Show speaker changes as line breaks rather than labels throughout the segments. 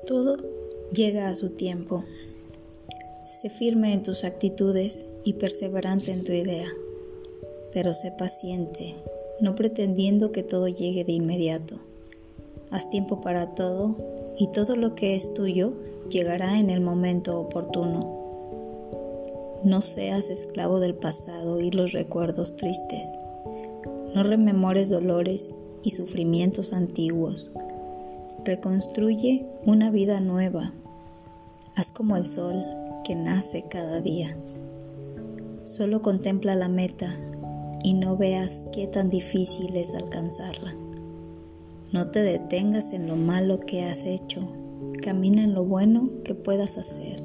Todo llega a su tiempo. Sé firme en tus actitudes y perseverante en tu idea, pero sé paciente, no pretendiendo que todo llegue de inmediato. Haz tiempo para todo y todo lo que es tuyo llegará en el momento oportuno. No seas esclavo del pasado y los recuerdos tristes. No rememores dolores y sufrimientos antiguos. Reconstruye una vida nueva. Haz como el sol que nace cada día. Solo contempla la meta y no veas qué tan difícil es alcanzarla. No te detengas en lo malo que has hecho. Camina en lo bueno que puedas hacer.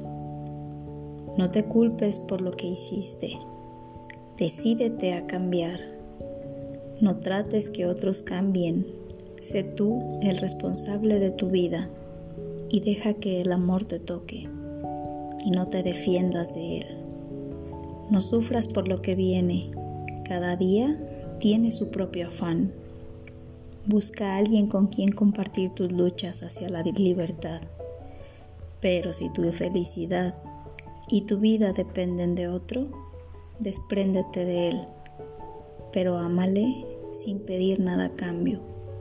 No te culpes por lo que hiciste. Decídete a cambiar. No trates que otros cambien. Sé tú el responsable de tu vida y deja que el amor te toque y no te defiendas de él. No sufras por lo que viene. Cada día tiene su propio afán. Busca a alguien con quien compartir tus luchas hacia la libertad. Pero si tu felicidad y tu vida dependen de otro, despréndete de él, pero ámale sin pedir nada a cambio.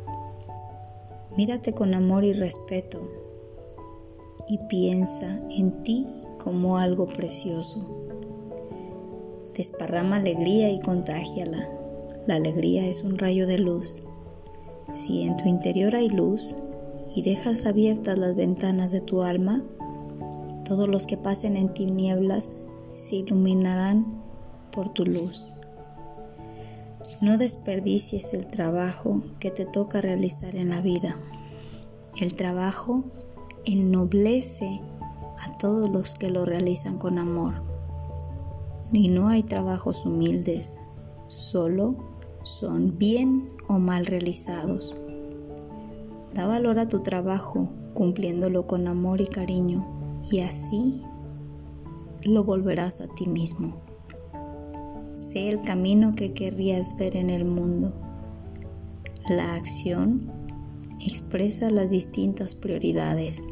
Mírate con amor y respeto y piensa en ti como algo precioso. Desparrama alegría y contágiala. La alegría es un rayo de luz. Si en tu interior hay luz y dejas abiertas las ventanas de tu alma, todos los que pasen en tinieblas se iluminarán por tu luz. No desperdicies el trabajo que te toca realizar en la vida. El trabajo ennoblece a todos los que lo realizan con amor. Y no hay trabajos humildes, solo son bien o mal realizados. Da valor a tu trabajo cumpliéndolo con amor y cariño, y así lo volverás a ti mismo. Sé el camino que querrías ver en el mundo. La acción expresa las distintas prioridades.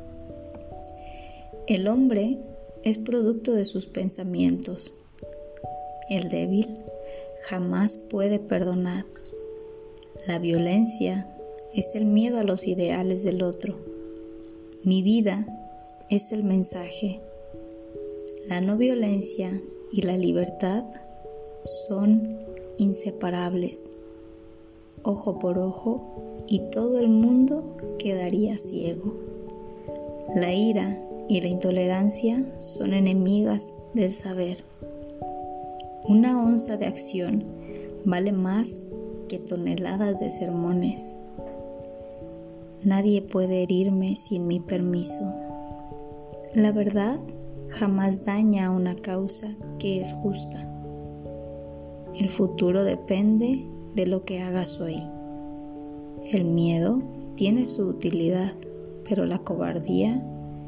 El hombre es producto de sus pensamientos. El débil jamás puede perdonar. La violencia es el miedo a los ideales del otro. Mi vida es el mensaje. La no violencia y la libertad son inseparables. Ojo por ojo y todo el mundo quedaría ciego. La ira y la intolerancia son enemigas del saber. Una onza de acción vale más que toneladas de sermones. Nadie puede herirme sin mi permiso. La verdad jamás daña a una causa que es justa. El futuro depende de lo que hagas hoy. El miedo tiene su utilidad, pero la cobardía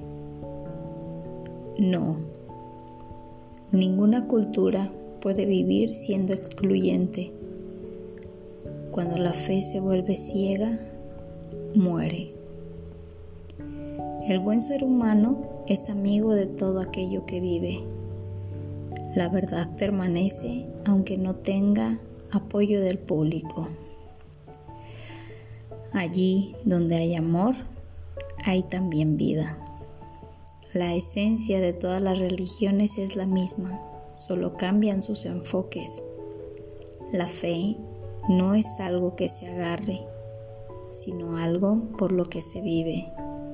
no. Ninguna cultura puede vivir siendo excluyente. Cuando la fe se vuelve ciega, muere. El buen ser humano es amigo de todo aquello que vive. La verdad permanece aunque no tenga apoyo del público. Allí donde hay amor, hay también vida. La esencia de todas las religiones es la misma, solo cambian sus enfoques. La fe no es algo que se agarre, sino algo por lo que se vive.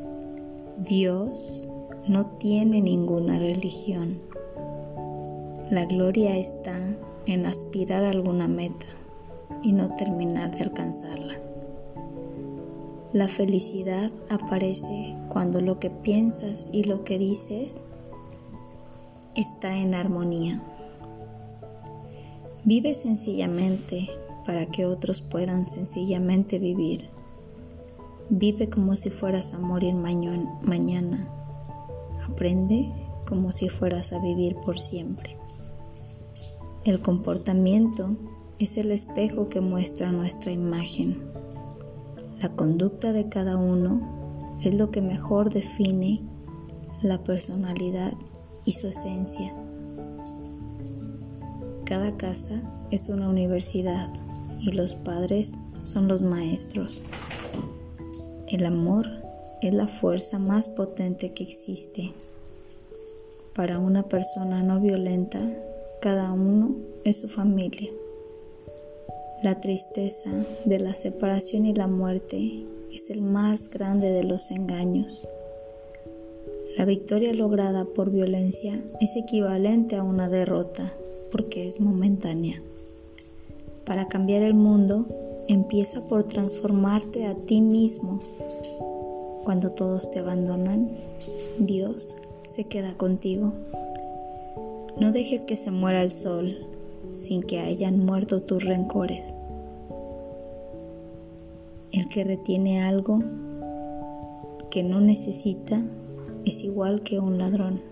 Dios no tiene ninguna religión. La gloria está en aspirar a alguna meta y no terminar de alcanzarla. La felicidad aparece cuando lo que piensas y lo que dices está en armonía. Vive sencillamente para que otros puedan sencillamente vivir. Vive como si fueras a morir mañana. Aprende como si fueras a vivir por siempre. El comportamiento es el espejo que muestra nuestra imagen. La conducta de cada uno es lo que mejor define la personalidad y su esencia. Cada casa es una universidad y los padres son los maestros. El amor es la fuerza más potente que existe. Para una persona no violenta, cada uno es su familia. La tristeza de la separación y la muerte es el más grande de los engaños. La victoria lograda por violencia es equivalente a una derrota porque es momentánea. Para cambiar el mundo, empieza por transformarte a ti mismo. Cuando todos te abandonan, Dios se queda contigo. No dejes que se muera el sol sin que hayan muerto tus rencores. El que retiene algo que no necesita es igual que un ladrón.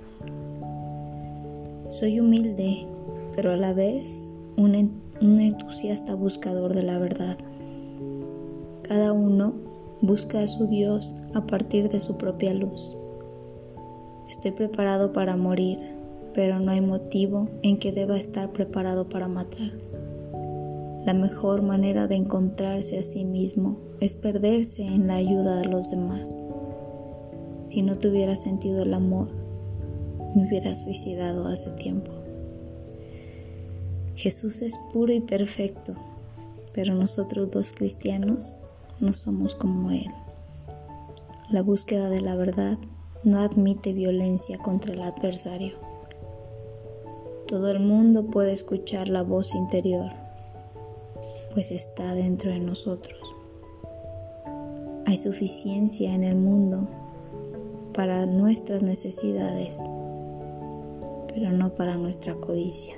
Soy humilde, pero a la vez un entusiasta buscador de la verdad. Cada uno busca a su Dios a partir de su propia luz. Estoy preparado para morir, pero no hay motivo en que deba estar preparado para matar. La mejor manera de encontrarse a sí mismo es perderse en la ayuda de los demás. Si no tuviera sentido el amor, me hubiera suicidado hace tiempo. Jesús es puro y perfecto, pero nosotros los cristianos no somos como Él. La búsqueda de la verdad no admite violencia contra el adversario. Todo el mundo puede escuchar la voz interior, pues está dentro de nosotros. Hay suficiencia en el mundo para nuestras necesidades, pero no para nuestra codicia.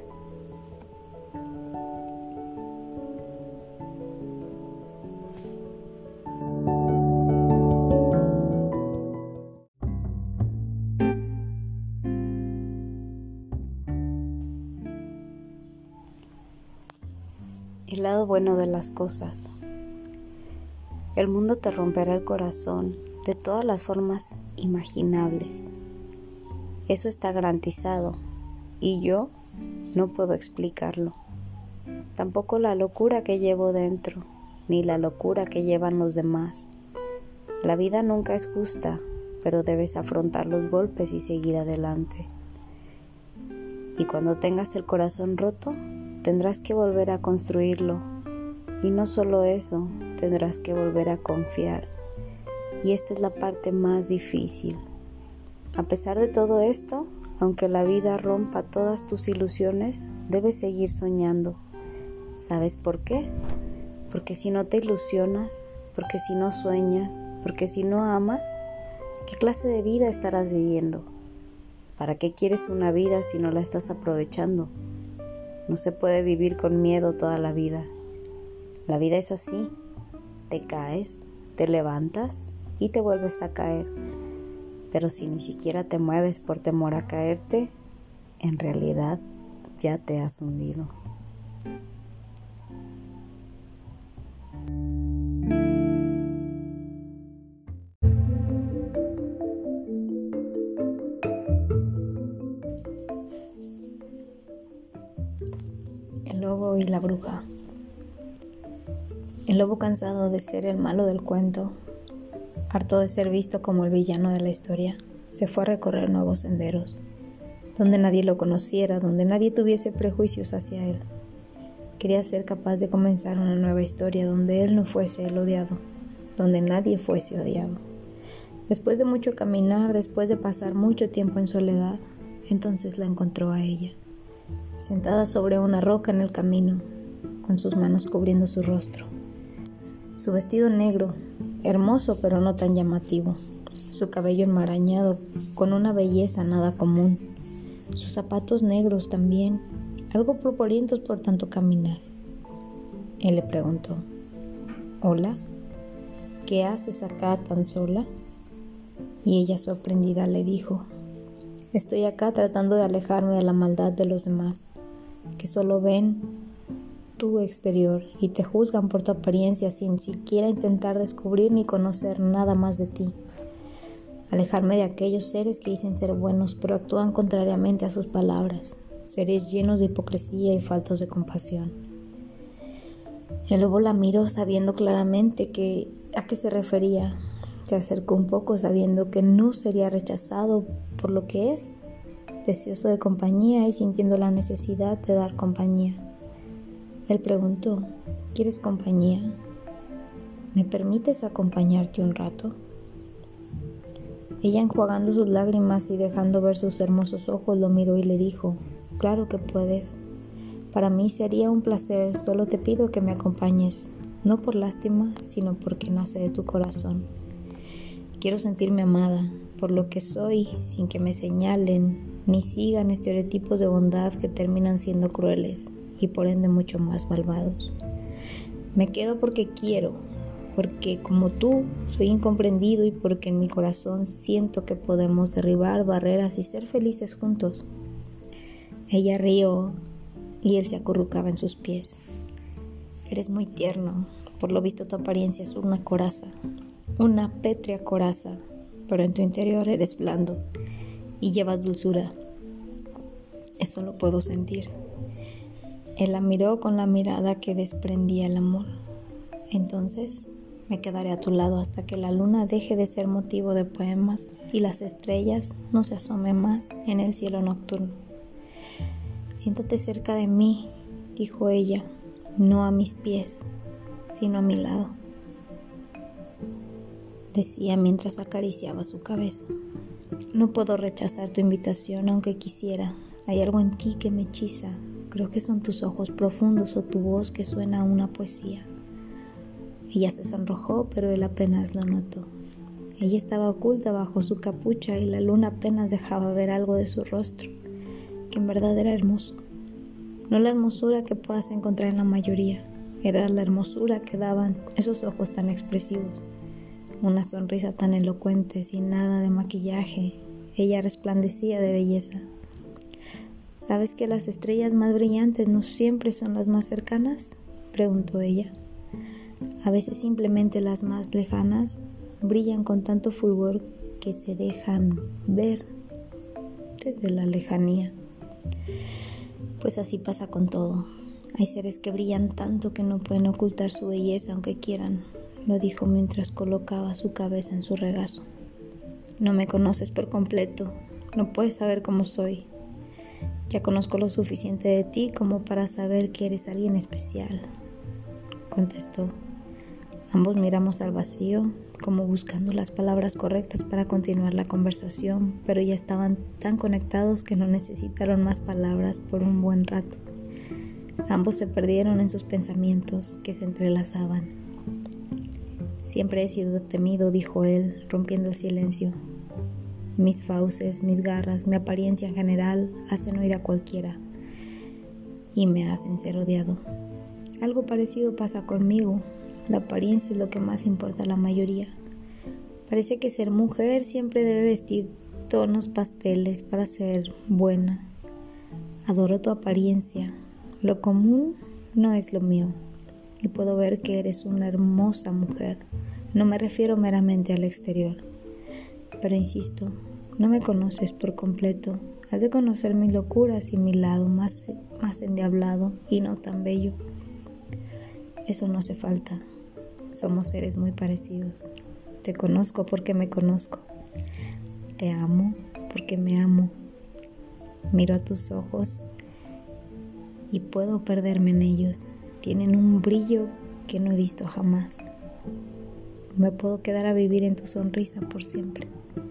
El lado bueno de las cosas. El mundo te romperá el corazón de todas las formas imaginables. Eso está garantizado y yo no puedo explicarlo. Tampoco la locura que llevo dentro, ni la locura que llevan los demás. La vida nunca es justa, pero debes afrontar los golpes y seguir adelante. Y cuando tengas el corazón roto, tendrás que volver a construirlo. Y no solo eso, tendrás que volver a confiar. Y esta es la parte más difícil. A pesar de todo esto, aunque la vida rompa todas tus ilusiones, debes seguir soñando. ¿Sabes por qué? Porque si no te ilusionas, porque si no sueñas, porque si no amas, ¿qué clase de vida estarás viviendo? ¿Para qué quieres una vida si no la estás aprovechando? No se puede vivir con miedo toda la vida. La vida es así. Te caes, te levantas y te vuelves a caer. Pero si ni siquiera te mueves por temor a caerte, en realidad ya te has hundido.
El lobo y la bruja. El lobo, cansado de ser el malo del cuento, harto de ser visto como el villano de la historia, se fue a recorrer nuevos senderos, donde nadie lo conociera, donde nadie tuviese prejuicios hacia él. Quería ser capaz de comenzar una nueva historia donde él no fuese el odiado, donde nadie fuese odiado. Después de mucho caminar, después de pasar mucho tiempo en soledad, entonces la encontró a ella, sentada sobre una roca en el camino, con sus manos cubriendo su rostro. Su vestido negro, hermoso pero no tan llamativo, su cabello enmarañado con una belleza nada común, sus zapatos negros también, algo polvorientos por tanto caminar. Él le preguntó: «Hola, ¿qué haces acá tan sola?». Y ella, sorprendida, le dijo: «Estoy acá tratando de alejarme de la maldad de los demás, que solo ven tu exterior y te juzgan por tu apariencia sin siquiera intentar descubrir ni conocer nada más de ti. alejarme de aquellos seres que dicen ser buenos pero actúan contrariamente a sus palabras, seres llenos de hipocresía y faltos de compasión. El lobo la miró sabiendo claramente a qué se refería. Se acercó un poco sabiendo que no sería rechazado por lo que es, deseoso de compañía y sintiendo la necesidad de dar compañía. Él preguntó: ¿quieres compañía? ¿Me permites acompañarte un rato? Ella, enjugando sus lágrimas y dejando ver sus hermosos ojos, lo miró y le dijo: claro que puedes. Para mí sería un placer, solo te pido que me acompañes, no por lástima, sino porque nace de tu corazón. Quiero sentirme amada por lo que soy, sin que me señalen ni sigan estereotipos de bondad que terminan siendo crueles y por ende mucho más malvados. Me quedo porque quiero, porque como tú soy incomprendido y porque en mi corazón siento que podemos derribar barreras y ser felices juntos. Ella rió y él se acurrucaba en sus pies. Eres muy tierno, por lo visto tu apariencia es una coraza, una pétrea coraza, pero en tu interior eres blando y llevas dulzura. Eso lo puedo sentir. Él la miró con la mirada que desprendía el amor. Entonces me quedaré a tu lado hasta que la luna deje de ser motivo de poemas y las estrellas no se asomen más en el cielo nocturno. Siéntate cerca de mí, dijo ella, no a mis pies, sino a mi lado, decía mientras acariciaba su cabeza. No puedo rechazar tu invitación aunque quisiera. Hay algo en ti que me hechiza. Creo que son tus ojos profundos o tu voz que suena a una poesía. Ella se sonrojó, pero él apenas lo notó. Ella estaba oculta bajo su capucha y la luna apenas dejaba ver algo de su rostro, que en verdad era hermoso. No la hermosura que puedas encontrar en la mayoría, era la hermosura que daban esos ojos tan expresivos. Una sonrisa tan elocuente, sin nada de maquillaje. Ella resplandecía de belleza. ¿Sabes que las estrellas más brillantes no siempre son las más cercanas?, preguntó ella. A veces simplemente las más lejanas brillan con tanto fulgor que se dejan ver desde la lejanía. Pues así pasa con todo. Hay seres que brillan tanto que no pueden ocultar su belleza aunque quieran, lo dijo mientras colocaba su cabeza en su regazo. No me conoces por completo, no puedes saber cómo soy. Ya conozco lo suficiente de ti como para saber que eres alguien especial, contestó. Ambos miramos al vacío, como buscando las palabras correctas para continuar la conversación, pero ya estaban tan conectados que no necesitaron más palabras por un buen rato. Ambos se perdieron en sus pensamientos que se entrelazaban. Siempre he sido temido, dijo él, rompiendo el silencio. Mis fauces, mis garras, mi apariencia en general hacen oír a cualquiera y me hacen ser odiado. Algo parecido pasa conmigo. La apariencia es lo que más importa a la mayoría. Parece que ser mujer siempre debe vestir tonos pasteles para ser buena. Adoro tu apariencia. Lo común no es lo mío. Y puedo ver que eres una hermosa mujer. No me refiero meramente al exterior. Pero insisto, no me conoces por completo. Has de conocer mis locuras y mi lado más endiablado y no tan bello. Eso no hace falta. Somos seres muy parecidos. Te conozco porque me conozco. Te amo porque me amo. Miro a tus ojos y puedo perderme en ellos. Tienen un brillo que no he visto jamás. Me puedo quedar a vivir en tu sonrisa por siempre.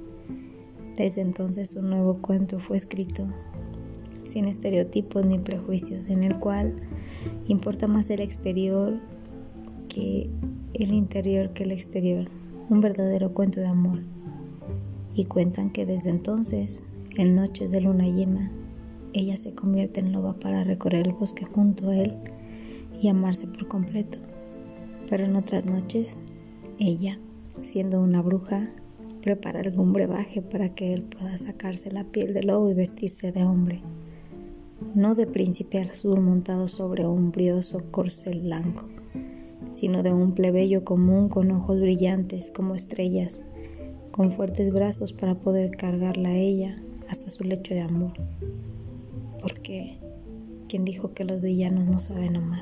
Desde entonces un nuevo cuento fue escrito, sin estereotipos ni prejuicios, en el cual importa más el exterior que el interior que el exterior, un verdadero cuento de amor. Y cuentan que desde entonces, en noches de luna llena, ella se convierte en loba para recorrer el bosque junto a él y amarse por completo. Pero en otras noches, ella, siendo una bruja, prepara algún brebaje para que él pueda sacarse la piel de lobo y vestirse de hombre, no de príncipe azul montado sobre un brioso corcel blanco, sino de un plebeyo común con ojos brillantes como estrellas con fuertes brazos para poder cargarla a ella hasta su lecho de amor. Porque, ¿quién dijo que los villanos no saben amar?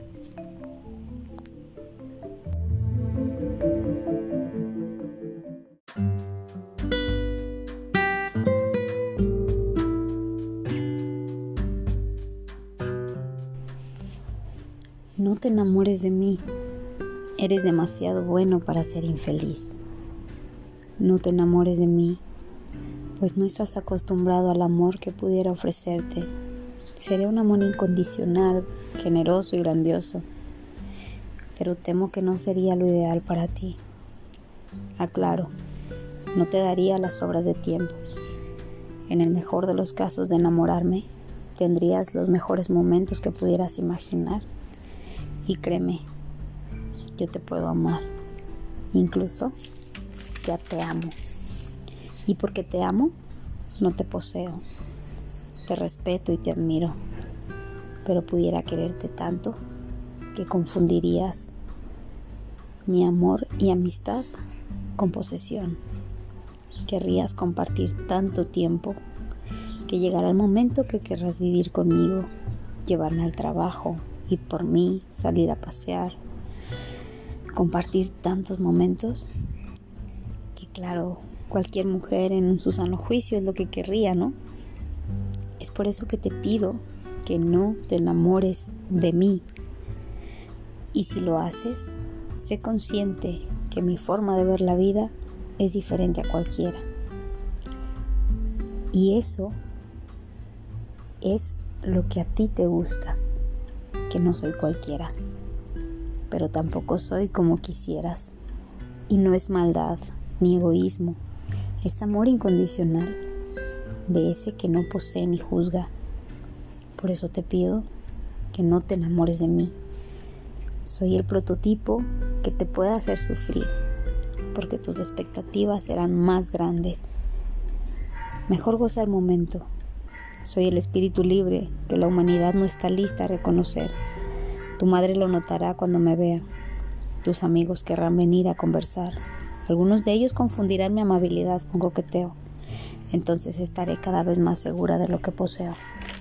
No te enamores de mí, eres demasiado bueno para ser infeliz. No te enamores de mí, pues no estás acostumbrado al amor que pudiera ofrecerte. Sería un amor incondicional, generoso y grandioso, pero temo que no sería lo ideal para ti. Aclaro, no te daría las sobras de tiempo. En el mejor de los casos de enamorarme, tendrías los mejores momentos que pudieras imaginar. Y créeme, yo te puedo amar. Incluso ya te amo. Y porque te amo, no te poseo. Te respeto y te admiro. Pero pudiera quererte tanto que confundirías mi amor y amistad con posesión. Querrías compartir tanto tiempo que llegará el momento que querrás vivir conmigo, llevarme al trabajo y por mí salir a pasear, compartir tantos momentos que claro, cualquier mujer en su sano juicio es lo que querría, ¿no? Es por eso que te pido que no te enamores de mí. Y si lo haces, sé consciente que mi forma de ver la vida es diferente a cualquiera. Y eso es lo que a ti te gusta. Que no soy cualquiera, pero tampoco soy como quisieras. Y no es maldad ni egoísmo, es amor incondicional, de ese que no posee ni juzga. Por eso te pido que no te enamores de mí. Soy el prototipo que te puede hacer sufrir, porque tus expectativas serán más grandes. Mejor goza el momento. Soy el espíritu libre que la humanidad no está lista a reconocer. Tu madre lo notará cuando me vea. Tus amigos querrán venir a conversar. Algunos de ellos confundirán mi amabilidad con coqueteo. Entonces estaré cada vez más segura de lo que poseo.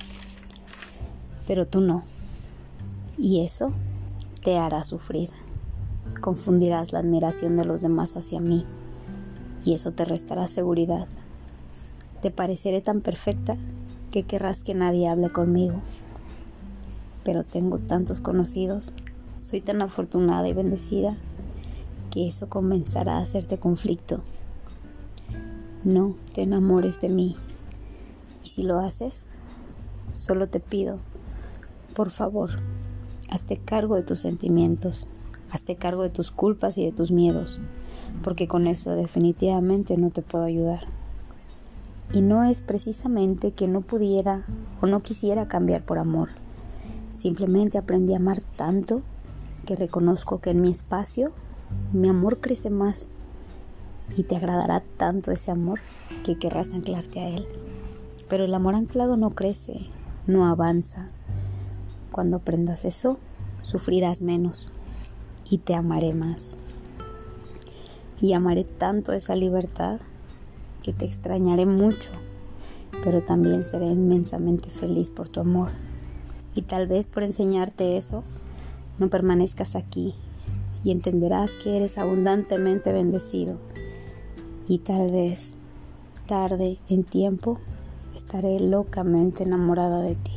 Pero tú no. Y eso te hará sufrir. Confundirás la admiración de los demás hacia mí. Y eso te restará seguridad. Te pareceré tan perfecta que querrás que nadie hable conmigo. Pero tengo tantos conocidos, soy tan afortunada y bendecida, que eso comenzará a hacerte conflicto. No te enamores de mí. Y si lo haces, solo te pido, por favor, hazte cargo de tus sentimientos, hazte cargo de tus culpas y de tus miedos, porque con eso definitivamente no te puedo ayudar. Y no es precisamente que no pudiera o no quisiera cambiar por amor. Simplemente aprendí a amar tanto que reconozco que en mi espacio mi amor crece más y te agradará tanto ese amor que querrás anclarte a él. Pero el amor anclado no crece, no avanza. Cuando aprendas eso, sufrirás menos y te amaré más. Y amaré tanto esa libertad que te extrañaré mucho, pero también seré inmensamente feliz por tu amor. Y tal vez por enseñarte eso, no permanezcas aquí y entenderás que eres abundantemente bendecido. Y tal vez, tarde en tiempo, estaré locamente enamorada de ti.